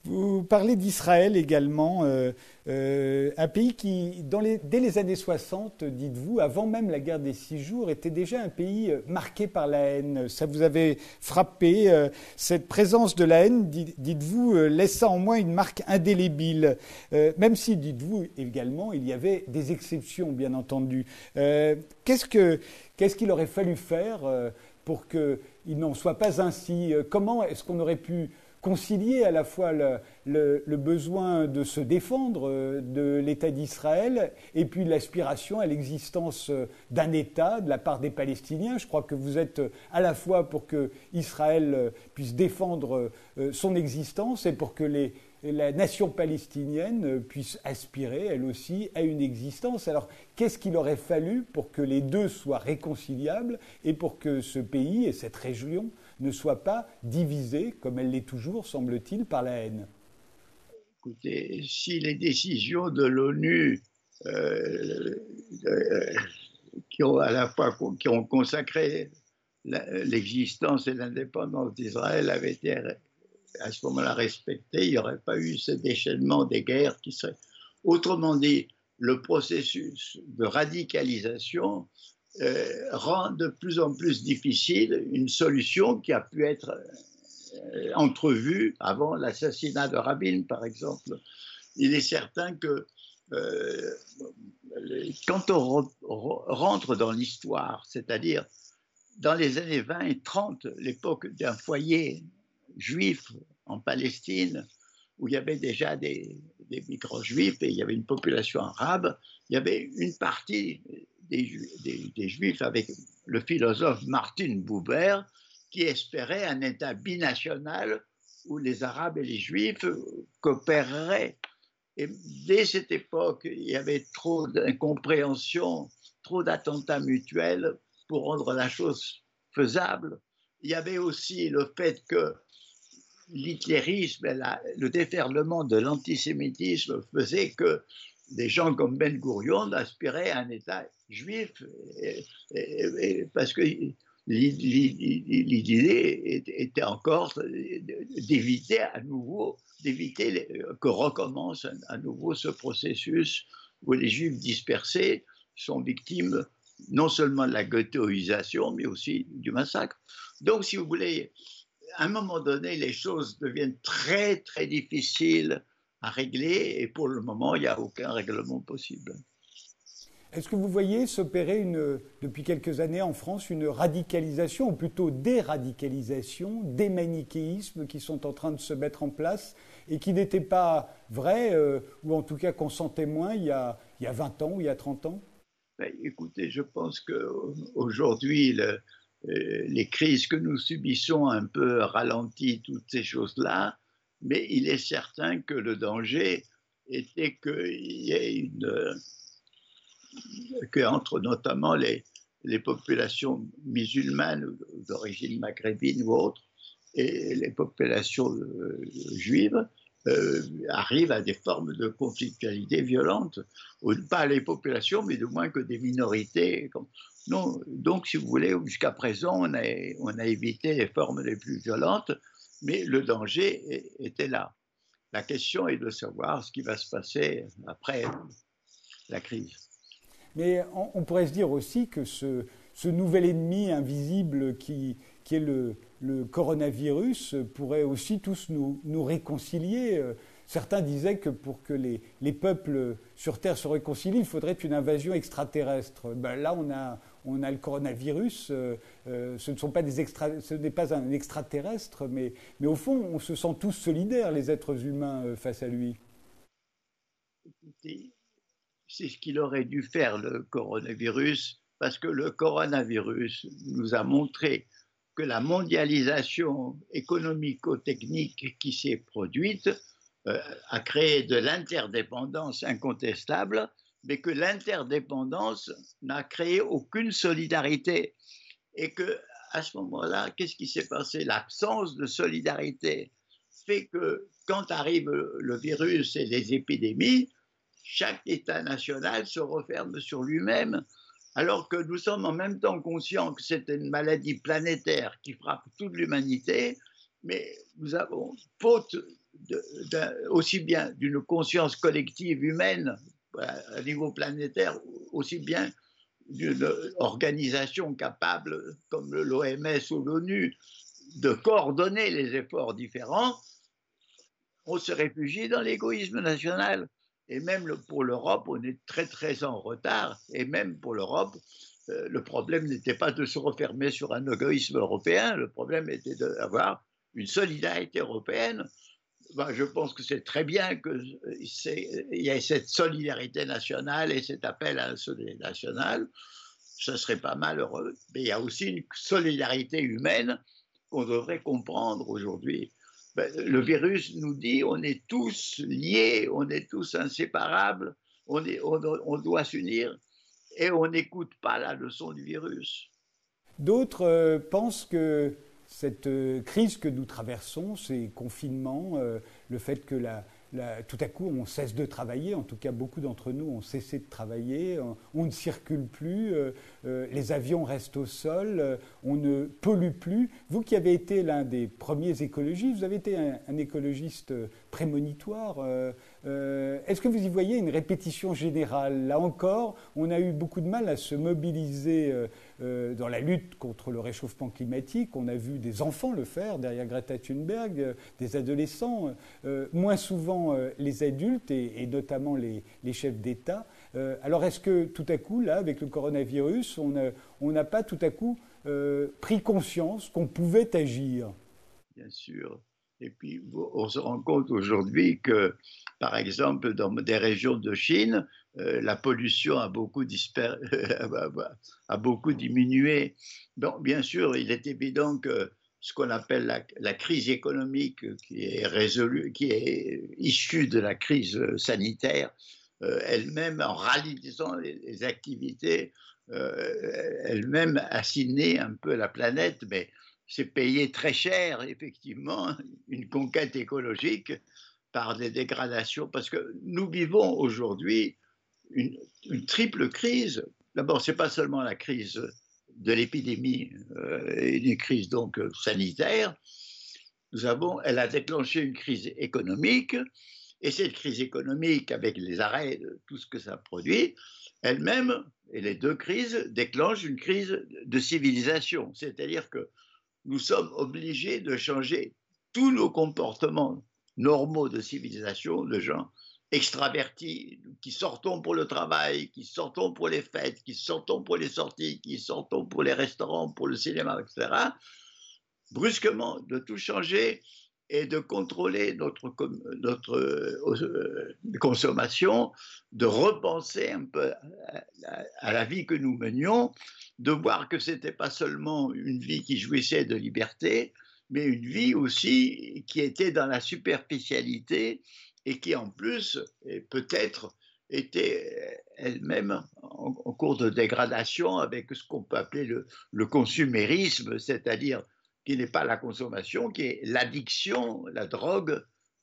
Vous parlez d'Israël également, euh, euh, un pays qui, dans les, dès les années soixante, dites-vous, avant même la guerre des six jours, était déjà un pays marqué par la haine. Ça vous avait frappé, euh, cette présence de la haine, dites-vous, euh, laissa en moi une marque indélébile. Euh, même si, dites-vous, également, il y avait des exceptions, bien entendu. Euh, qu'est-ce que, qu'est-ce qu'il aurait fallu faire euh, pour qu'il n'en soit pas ainsi? Comment est-ce qu'on aurait pu concilier à la fois le, le, le besoin de se défendre de l'État d'Israël et puis l'aspiration à l'existence d'un État de la part des Palestiniens? Je crois que vous êtes à la fois pour que Israël puisse défendre son existence et pour que les, la nation palestinienne puisse aspirer, elle aussi, à une existence. Alors, qu'est-ce qu'il aurait fallu pour que les deux soient réconciliables et pour que ce pays et cette région ne soit pas divisée, comme elle l'est toujours, semble-t-il, par la haine? Écoutez, si les décisions de l'ONU euh, euh, qui ont à la fois qui ont consacré l'existence et l'indépendance d'Israël avaient été à ce moment-là respectées, il n'y aurait pas eu ce déchaînement des guerres qui serait. Autrement dit, le processus de radicalisation Euh, rend de plus en plus difficile une solution qui a pu être euh, entrevue avant l'assassinat de Rabin, par exemple. Il est certain que euh, quand on re, re, rentre dans l'histoire, c'est-à-dire dans les années vingt et trente, l'époque d'un foyer juif en Palestine, où il y avait déjà des, des migrants juifs et il y avait une population arabe, il y avait une partie Des, des, des Juifs avec le philosophe Martin Buber qui espérait un État binational où les Arabes et les Juifs coopéreraient. Et dès cette époque, il y avait trop d'incompréhension, trop d'attentats mutuels pour rendre la chose faisable. Il y avait aussi le fait que l'hitlérisme, le déferlement de l'antisémitisme faisait que des gens comme Ben Gourion aspiraient à un État juif, et, et, et, parce que l'idée était encore d'éviter à nouveau, d'éviter que recommence à nouveau ce processus où les Juifs dispersés sont victimes non seulement de la ghettoisation, mais aussi du massacre. Donc, si vous voulez, à un moment donné, les choses deviennent très, très difficiles à régler et pour le moment, il n'y a aucun règlement possible. Est-ce que vous voyez s'opérer une, depuis quelques années en France une radicalisation, ou plutôt des radicalisations, des manichéismes qui sont en train de se mettre en place et qui n'étaient pas vrais, euh, ou en tout cas qu'on sentait moins il y, a, il y a vingt ans ou il y a trente ans? Ben, écoutez, je pense qu'aujourd'hui, le, euh, les crises que nous subissons un peu ralenti toutes ces choses-là, mais il est certain que le danger était qu'il y ait une... qu'entre notamment les, les populations musulmanes d'origine maghrébine ou autres et les populations euh, juives euh, arrivent à des formes de conflictualité violente, ou pas les populations, mais de moins que des minorités. Non, donc, si vous voulez, jusqu'à présent, on a, on a évité les formes les plus violentes, mais le danger était là. La question est de savoir ce qui va se passer après la crise. Mais on, on pourrait se dire aussi que ce, ce nouvel ennemi invisible qui, qui est le, le coronavirus pourrait aussi tous nous, nous réconcilier. Certains disaient que pour que les, les peuples sur Terre se réconcilient, il faudrait une invasion extraterrestre. Ben là, on a, on a le coronavirus. Euh, ce ne sont pas des extra, ce n'est pas un extraterrestre, mais, mais au fond, on se sent tous solidaires, les êtres humains, face à lui. Écoutez, c'est ce qu'il aurait dû faire, le coronavirus, parce que le coronavirus nous a montré que la mondialisation économico-technique qui s'est produite euh, a créé de l'interdépendance incontestable, mais que l'interdépendance n'a créé aucune solidarité. Et qu'à ce moment-là, qu'est-ce qui s'est passé? L'absence de solidarité fait que quand arrive le virus et les épidémies, chaque État national se referme sur lui-même, alors que nous sommes en même temps conscients que c'est une maladie planétaire qui frappe toute l'humanité, mais nous avons, faute de, de, aussi bien d'une conscience collective humaine à niveau planétaire, aussi bien d'une organisation capable, comme l'O M S ou l'ONU, de coordonner les efforts différents, on se réfugie dans l'égoïsme national. Et même pour l'Europe, on est très très en retard. Et même pour l'Europe, euh, le problème n'était pas de se refermer sur un égoïsme européen, le problème était d'avoir une solidarité européenne. Ben, je pense que c'est très bien qu'il y ait cette solidarité nationale et cet appel à la solidarité nationale. Ce serait pas malheureux. Mais il y a aussi une solidarité humaine qu'on devrait comprendre aujourd'hui. Ben, le virus nous dit on est tous liés, on est tous inséparables, on, est, on, on doit s'unir et on n'écoute pas la leçon du virus. D'autres euh, pensent que cette euh, crise que nous traversons, ces confinements, euh, le fait que la, la, tout à coup on cesse de travailler, en tout cas beaucoup d'entre nous ont cessé de travailler, on, on ne circule plus, euh, euh, les avions restent au sol, euh, on ne pollue plus. Vous qui avez été l'un des premiers écologistes, vous avez été un, un écologiste prémonitoire, euh, euh, est-ce que vous y voyez une répétition générale? Là encore, on a eu beaucoup de mal à se mobiliser euh, euh, dans la lutte contre le réchauffement climatique. On a vu des enfants le faire derrière Greta Thunberg, euh, des adolescents, euh, moins souvent euh, les adultes et, et notamment les, les chefs d'État. Euh, alors est-ce que tout à coup, là, avec le coronavirus, on n'a pas tout à coup euh, pris conscience qu'on pouvait agir? Bien sûr. Et puis, on se rend compte aujourd'hui que, par exemple, dans des régions de Chine, euh, la pollution a beaucoup, disper... a beaucoup diminué. Bon, bien sûr, il est évident que ce qu'on appelle la, la crise économique qui est résolue, qui est issue de la crise sanitaire, euh, elle-même, en ralentissant les, les activités, euh, elle-même assigné un peu la planète, mais c'est payé très cher, effectivement, une conquête écologique par des dégradations, parce que nous vivons aujourd'hui une, une triple crise. D'abord, ce n'est pas seulement la crise de l'épidémie euh, et une crise donc sanitaire. Nous avons, elle a déclenché une crise économique, et cette crise économique, avec les arrêts de tout ce que ça produit, elle-même, et les deux crises, déclenchent une crise de civilisation. C'est-à-dire que nous sommes obligés de changer tous nos comportements normaux de civilisation, de gens extravertis, qui sortons pour le travail, qui sortons pour les fêtes, qui sortons pour les sorties, qui sortons pour les restaurants, pour le cinéma, et cetera. Brusquement, de tout changer et de contrôler notre, notre euh, consommation, de repenser un peu à, à la vie que nous menions, de voir que ce n'était pas seulement une vie qui jouissait de liberté, mais une vie aussi qui était dans la superficialité et qui en plus, peut-être, était elle-même en, en cours de dégradation avec ce qu'on peut appeler le, le consumérisme, c'est-à-dire qui n'est pas la consommation, qui est l'addiction, la drogue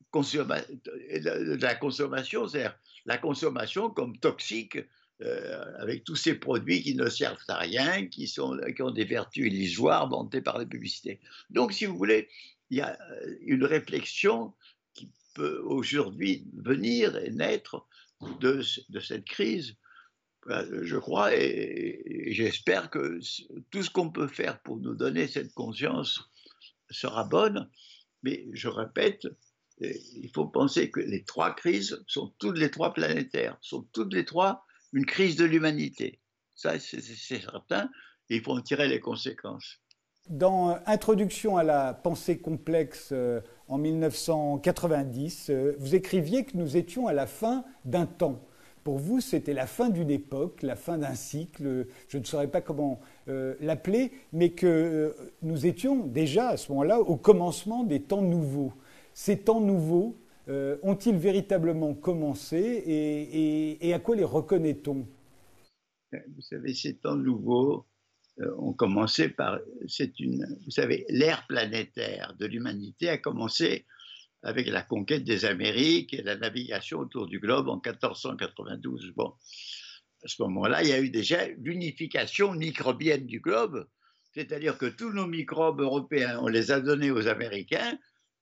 de la consommation, c'est-à-dire la consommation comme toxique, euh, avec tous ces produits qui ne servent à rien, qui, sont, qui ont des vertus illusoires vantées par les publicités. Donc, si vous voulez, il y a une réflexion qui peut aujourd'hui venir et naître de, de cette crise, je crois, et, et j'espère que tout ce qu'on peut faire pour nous donner cette conscience sera bonne, mais je répète, il faut penser que les trois crises sont toutes les trois planétaires, sont toutes les trois une crise de l'humanité. Ça, c'est certain, et il faut en tirer les conséquences. Dans Introduction à la pensée complexe euh, en mille neuf cent quatre-vingt-dix, euh, vous écriviez que nous étions à la fin d'un temps. Pour vous, c'était la fin d'une époque, la fin d'un cycle, je ne saurais pas comment euh, l'appeler, mais que euh, nous étions déjà à ce moment-là au commencement des temps nouveaux. Ces temps nouveaux euh, ont-ils véritablement commencé et, et, et à quoi les reconnaît-on? Vous savez, ces temps nouveaux euh, ont commencé par, c'est une, vous savez, l'ère planétaire de l'humanité a commencé avec la conquête des Amériques et la navigation autour du globe en quatorze cent quatre-vingt-douze. Bon, à ce moment-là, il y a eu déjà l'unification microbienne du globe, c'est-à-dire que tous nos microbes européens, on les a donnés aux Américains,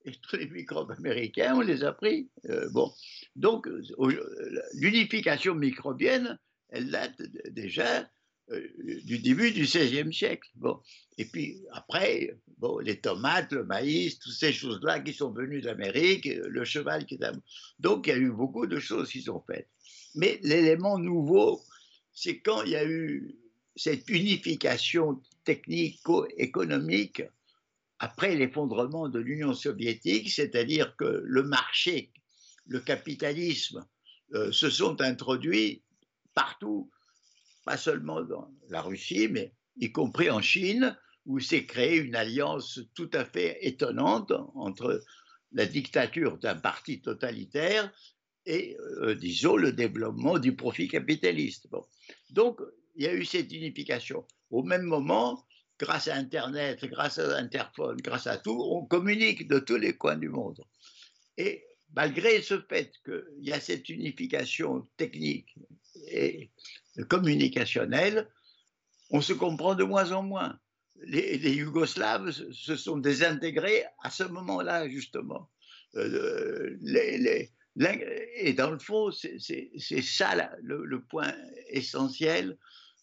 et tous les microbes américains, on les a pris. Euh, bon. Donc, l'unification microbienne, elle date déjà euh, du début du seizième siècle. Bon. Et puis après, bon, les tomates, le maïs, toutes ces choses-là qui sont venues d'Amérique, le cheval qui est... Donc, il y a eu beaucoup de choses qui sont faites. Mais l'élément nouveau, c'est quand il y a eu cette unification technico-économique après l'effondrement de l'Union soviétique, c'est-à-dire que le marché, le capitalisme euh, se sont introduits partout, pas seulement dans la Russie, mais y compris en Chine, où s'est créée une alliance tout à fait étonnante entre la dictature d'un parti totalitaire et, euh, disons, le développement du profit capitaliste. Bon. Donc, il y a eu cette unification. Au même moment, grâce à Internet, grâce à Interphone, grâce à tout, on communique de tous les coins du monde. Et malgré ce fait qu'il y a cette unification technique et communicationnelle, on se comprend de moins en moins. Les, les Yougoslaves se sont désintégrés à ce moment-là, justement. Euh, les, les, et dans le fond, c'est ça là, le, le point essentiel.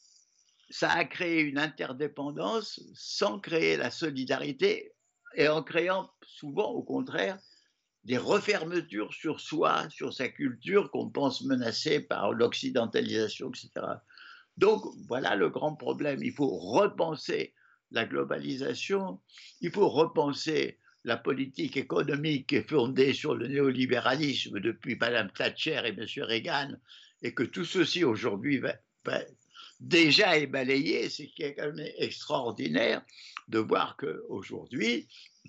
Ça a créé une interdépendance sans créer la solidarité et en créant souvent, au contraire, des refermetures sur soi, sur sa culture qu'on pense menacée par l'occidentalisation, et cetera. Donc, voilà le grand problème. Il faut repenser la globalisation, il faut repenser la politique économique qui est fondée sur le néolibéralisme depuis Madame Thatcher et M. Reagan, et que tout ceci aujourd'hui va, va déjà est balayé, c'est quand même extraordinaire de voir qu'aujourd'hui,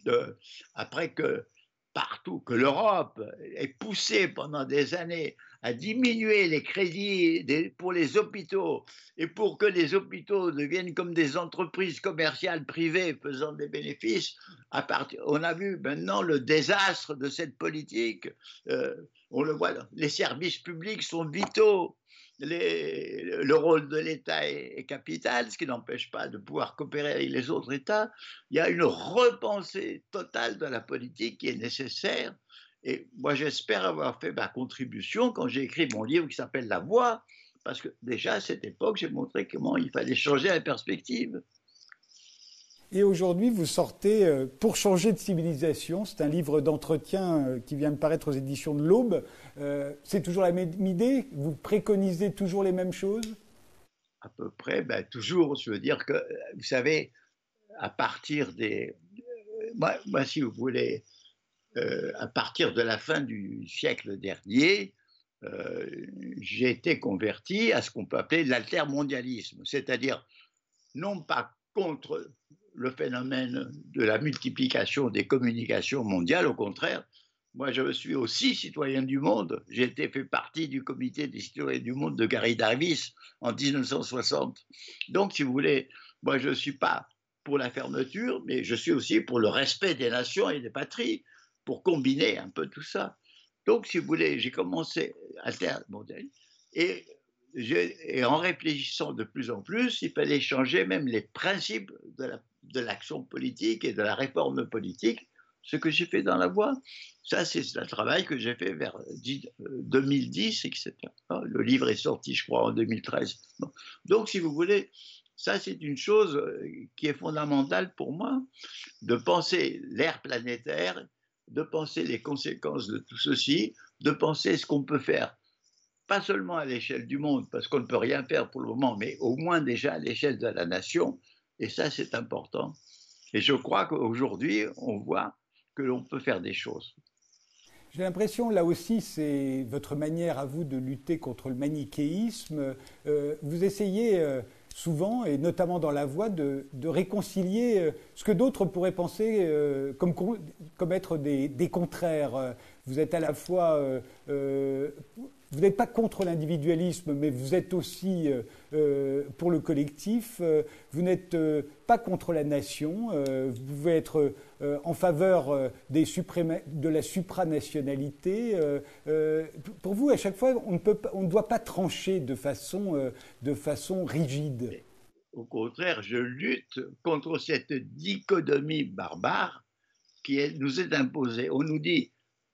après que partout, que l'Europe ait poussé pendant des années à diminuer les crédits des, pour les hôpitaux et pour que les hôpitaux deviennent comme des entreprises commerciales privées faisant des bénéfices, à partir, on a vu maintenant le désastre de cette politique. Euh, on le voit, les services publics sont vitaux. Les, le rôle de l'État est, est capital, ce qui n'empêche pas de pouvoir coopérer avec les autres États. Il y a une repensée totale de la politique qui est nécessaire. Et moi, j'espère avoir fait ma contribution quand j'ai écrit mon livre qui s'appelle La Voie, parce que déjà à cette époque, j'ai montré comment il fallait changer la perspective. Et aujourd'hui, vous sortez Pour changer de civilisation. C'est un livre d'entretien qui vient de paraître aux éditions de l'Aube. Euh, c'est toujours la même idée? Vous préconisez toujours les mêmes choses? À peu près, ben, toujours. Je veux dire que, vous savez, à partir des... Moi, moi si vous voulez, euh, à partir de la fin du siècle dernier, euh, j'ai été converti à ce qu'on peut appeler l'altermondialisme, c'est-à-dire non pas contre le phénomène de la multiplication des communications mondiales, au contraire, moi je suis aussi citoyen du monde, j'ai été fait partie du comité des citoyens du monde de Gary Davis en mille neuf cent soixante. Donc si vous voulez, moi je ne suis pas pour la fermeture, mais je suis aussi pour le respect des nations et des patries, pour combiner un peu tout ça. Donc si vous voulez, j'ai commencé altermondialisme et et en réfléchissant de plus en plus, il fallait changer même les principes de l'action la, politique et de la réforme politique, ce que j'ai fait dans La Voie. Ça, c'est un travail que j'ai fait vers deux mille dix, et cetera. Le livre est sorti, je crois, en deux mille treize. Bon. Donc, si vous voulez, ça, c'est une chose qui est fondamentale pour moi, de penser l'ère planétaire, de penser les conséquences de tout ceci, de penser ce qu'on peut faire pas seulement à l'échelle du monde, parce qu'on ne peut rien faire pour le moment, mais au moins déjà à l'échelle de la nation. Et ça, c'est important. Et je crois qu'aujourd'hui, on voit que l'on peut faire des choses. J'ai l'impression, là aussi, c'est votre manière à vous de lutter contre le manichéisme. Euh, vous essayez euh, souvent, et notamment dans La Voie, de, de réconcilier euh, ce que d'autres pourraient penser euh, comme, comme être des, des contraires. Vous êtes à la fois... Euh, euh, Vous n'êtes pas contre l'individualisme, mais vous êtes aussi euh, pour le collectif. Euh, vous n'êtes euh, pas contre la nation. Euh, vous pouvez être euh, en faveur euh, des de la supranationalité. Euh, euh, pour vous, à chaque fois, on ne, peut pas, on ne doit pas trancher de façon, euh, de façon rigide. Au contraire, je lutte contre cette dichotomie barbare qui est, nous est imposée. On nous dit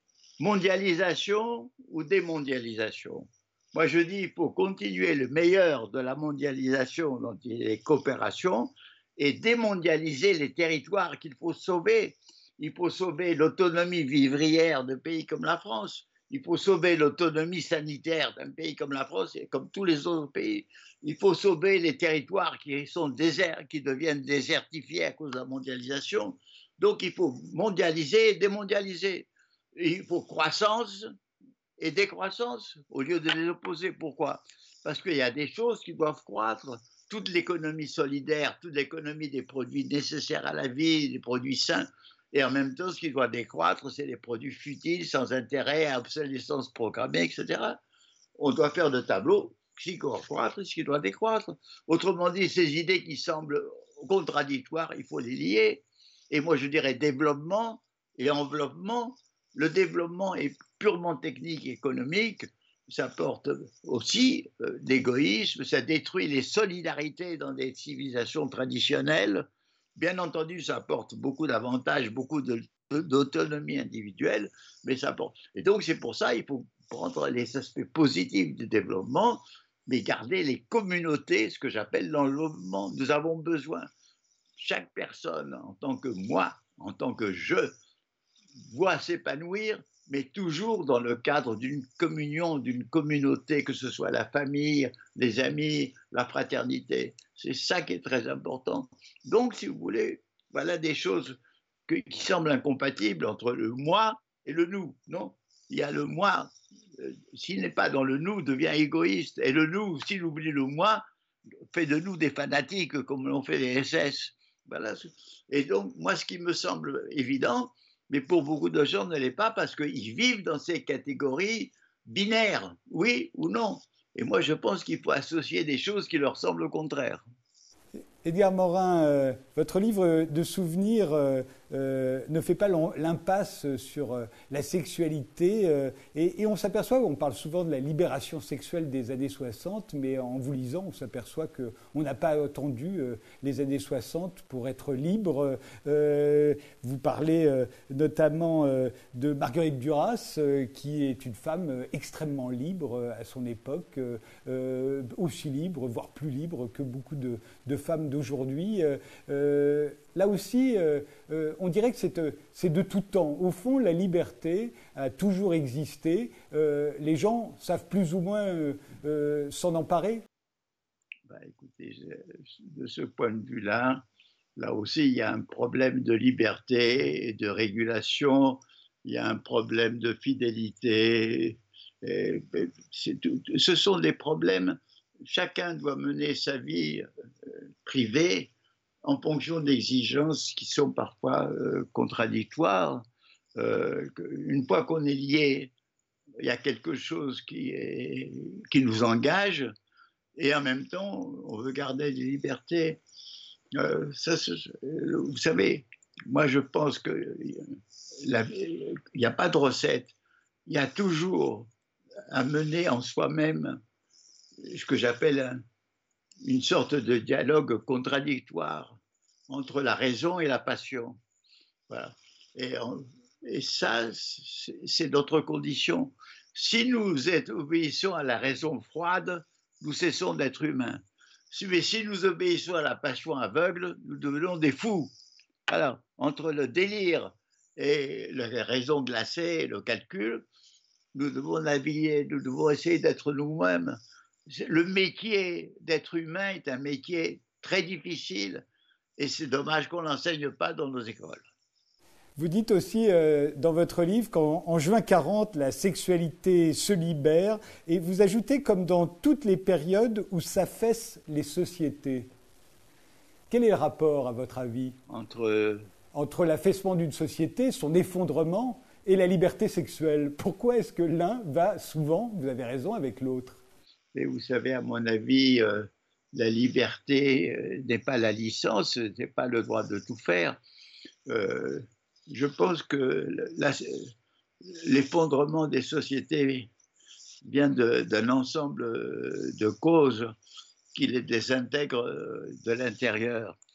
mondialisation ou démondialisation. Moi, je dis il faut continuer le meilleur de la mondialisation, dont il est coopération, et démondialiser les territoires qu'il faut sauver. Il faut sauver l'autonomie vivrière de pays comme la France. Il faut sauver l'autonomie sanitaire d'un pays comme la France et comme tous les autres pays. Il faut sauver les territoires qui sont déserts, qui deviennent désertifiés à cause de la mondialisation. Donc, il faut mondialiser et démondialiser. Il faut croissance et décroissance au lieu de les opposer. Pourquoi? Parce qu'il y a des choses qui doivent croître. Toute l'économie solidaire, toute l'économie des produits nécessaires à la vie, des produits sains. Et en même temps, ce qui doit décroître, c'est les produits futiles, sans intérêt, à obsolescence programmée, et cetera. On doit faire de tableaux, ce qui doit croître, ce qui doit décroître. Autrement dit, ces idées qui semblent contradictoires, il faut les lier. Et moi, je dirais développement et enveloppement. Le développement est purement technique et économique. Ça porte aussi euh, l'égoïsme, ça détruit les solidarités dans des civilisations traditionnelles. Bien entendu, ça apporte beaucoup d'avantages, beaucoup d'autonomie individuelle, mais ça apporte. Et donc, c'est pour ça qu'il faut prendre les aspects positifs du développement, mais garder les communautés, ce que j'appelle l'enveloppement. Nous avons besoin, chaque personne, en tant que moi, en tant que je, voit s'épanouir, mais toujours dans le cadre d'une communion, d'une communauté, que ce soit la famille, les amis, la fraternité. C'est ça qui est très important. Donc, si vous voulez, voilà des choses que, qui semblent incompatibles entre le moi et le nous. Non, il y a le moi, euh, s'il n'est pas dans le nous, devient égoïste. Et le nous, s'il oublie le moi, fait de nous des fanatiques, comme l'ont fait les S S. Voilà. Et donc, moi, ce qui me semble évident, mais pour beaucoup de gens ne l'est pas parce qu'ils vivent dans ces catégories binaires, oui ou non. Et moi, je pense qu'il faut associer des choses qui leur semblent au contraire. Edgar Morin, euh, votre livre de souvenirs euh, euh, ne fait pas l'impasse sur euh, la sexualité euh, et, et on s'aperçoit, on parle souvent de la libération sexuelle des années soixante, mais en vous lisant, on s'aperçoit qu'on n'a pas attendu euh, les années soixante pour être libre. Euh, vous parlez euh, notamment euh, de Marguerite Duras, euh, qui est une femme euh, extrêmement libre euh, à son époque, euh, euh, aussi libre, voire plus libre que beaucoup de, de femmes d'aujourd'hui. Euh, euh, là aussi, euh, euh, on dirait que c'est de tout temps. Au fond, la liberté a toujours existé. Euh, les gens savent plus ou moins euh, euh, s'en emparer. Bah, écoutez, de ce point de vue-là, là aussi, il y a un problème de liberté et de régulation. Il y a un problème de fidélité. Et, et tout, ce sont des problèmes. Chacun doit mener sa vie euh, privée en fonction d'exigences qui sont parfois euh, contradictoires. Euh, une fois qu'on est lié, il y a quelque chose qui, est, qui nous engage et en même temps, on veut garder des libertés. Euh, ça, vous savez, moi je pense qu'il n'y a pas de recette. Il y a toujours à mener en soi-même ce que j'appelle un, une sorte de dialogue contradictoire entre la raison et la passion. Voilà. Et, on, et ça, c'est notre condition. Si nous obéissons à la raison froide, nous cessons d'être humains. Si, mais si nous obéissons à la passion aveugle, nous devenons des fous. Alors, entre le délire et la raison glacée, le calcul, nous devons naviguer, nous devons essayer d'être nous-mêmes. Le métier d'être humain est un métier très difficile et c'est dommage qu'on ne l'enseigne pas dans nos écoles. Vous dites aussi euh, dans votre livre qu'en juin quarante, la sexualité se libère et vous ajoutez comme dans toutes les périodes où s'affaissent les sociétés. Quel est le rapport, à votre avis, entre, entre l'affaissement d'une société, son effondrement et la liberté sexuelle? Pourquoi est-ce que l'un va souvent, vous avez raison, avec l'autre? Et vous savez, à mon avis, euh, la liberté euh, n'est pas la licence, n'est pas le droit de tout faire. Euh, je pense que l'effondrement des sociétés vient d'un ensemble de causes qui les désintègrent de l'intérieur.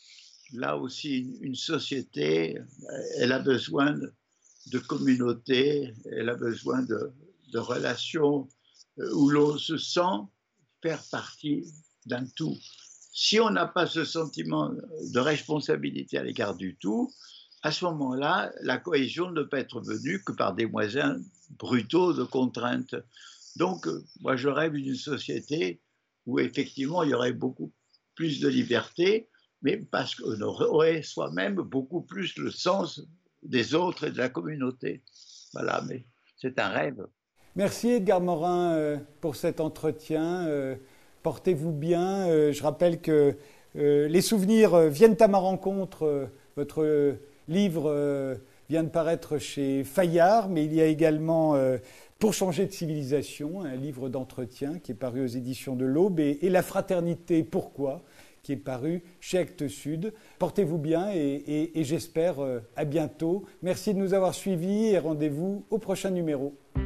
là aussi, une, une société, elle a besoin de, de communauté, elle a besoin de, de relations où l'on se sent faire partie d'un tout. Si on n'a pas ce sentiment de responsabilité à l'égard du tout, à ce moment-là, la cohésion ne peut être venue que par des moyens brutaux de contrainte. Donc, moi, je rêve d'une société où effectivement, il y aurait beaucoup plus de liberté, mais parce qu'on aurait soi-même beaucoup plus le sens des autres et de la communauté. Voilà, mais c'est un rêve. Merci Edgar Morin euh, pour cet entretien. Euh, portez-vous bien. Euh, je rappelle que euh, les souvenirs euh, viennent à ma rencontre. Euh, votre euh, livre euh, vient de paraître chez Fayard, mais il y a également euh, Pour changer de civilisation, un livre d'entretien qui est paru aux éditions de l'Aube, et, et La fraternité, pourquoi, qui est paru chez Actes Sud. Portez-vous bien et, et, et j'espère euh, à bientôt. Merci de nous avoir suivis et rendez-vous au prochain numéro.